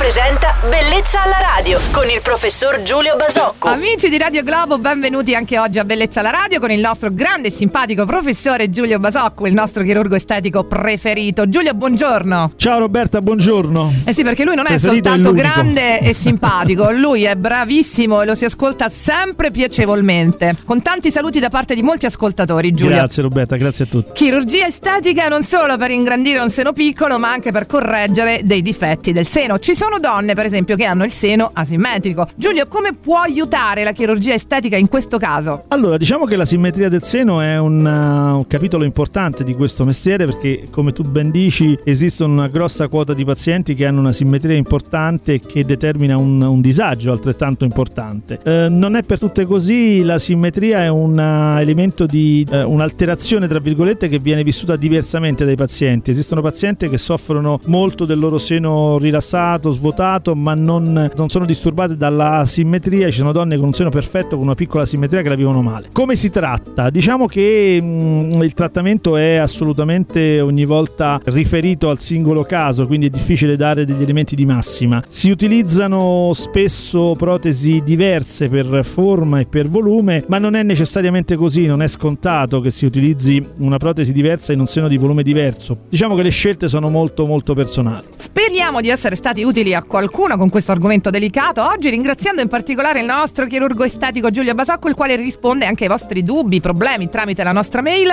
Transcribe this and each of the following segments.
presenta Bellezza alla radio con il professor Giulio Basocco. Amici di Radio Globo, benvenuti anche oggi a Bellezza alla radio con il nostro grande e simpatico professore Giulio Basocco, il nostro chirurgo estetico preferito. Giulio, buongiorno. Ciao Roberta, buongiorno. Eh sì, perché lui non è Preferito soltanto è l'unico. grande e simpatico, lui è bravissimo e lo si ascolta sempre piacevolmente. Con tanti saluti da parte di molti ascoltatori, Giulio. Grazie Roberta, grazie a tutti. Chirurgia estetica non solo per ingrandire un seno piccolo, ma anche per correggere dei difetti del seno. Ci sono donne, per esempio, che hanno il seno asimmetrico. Giulio, come può aiutare la chirurgia estetica in questo caso? Allora, diciamo che la simmetria del seno è un capitolo importante di questo mestiere, perché come tu ben dici esistono una grossa quota di pazienti che hanno una simmetria importante e che determina un disagio altrettanto importante. Non è per tutte così. La simmetria è un elemento di un'alterazione tra virgolette che viene vissuta diversamente dai pazienti. Esistono pazienti che soffrono molto del loro seno rilassato, svuotato, ma non sono disturbate dalla simmetria. Ci sono donne con un seno perfetto, con una piccola simmetria, che la vivono male. Come si tratta? Diciamo che il trattamento è assolutamente ogni volta riferito al singolo caso, quindi è difficile dare degli elementi di massima. Si utilizzano spesso protesi diverse per forma e per volume, ma non è necessariamente così, non è scontato che si utilizzi una protesi diversa in un seno di volume diverso. Diciamo che le scelte sono molto molto personali. Speriamo di essere stati utili a qualcuno con questo argomento delicato oggi, ringraziando in particolare il nostro chirurgo estetico Giulio Basocco, il quale risponde anche ai vostri dubbi, problemi tramite la nostra mail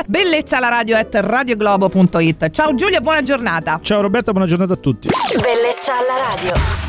bellezzalaradio@radioglobo.it. Ciao Giulio, buona giornata. Ciao Roberta, buona giornata a tutti. Bellezza alla radio.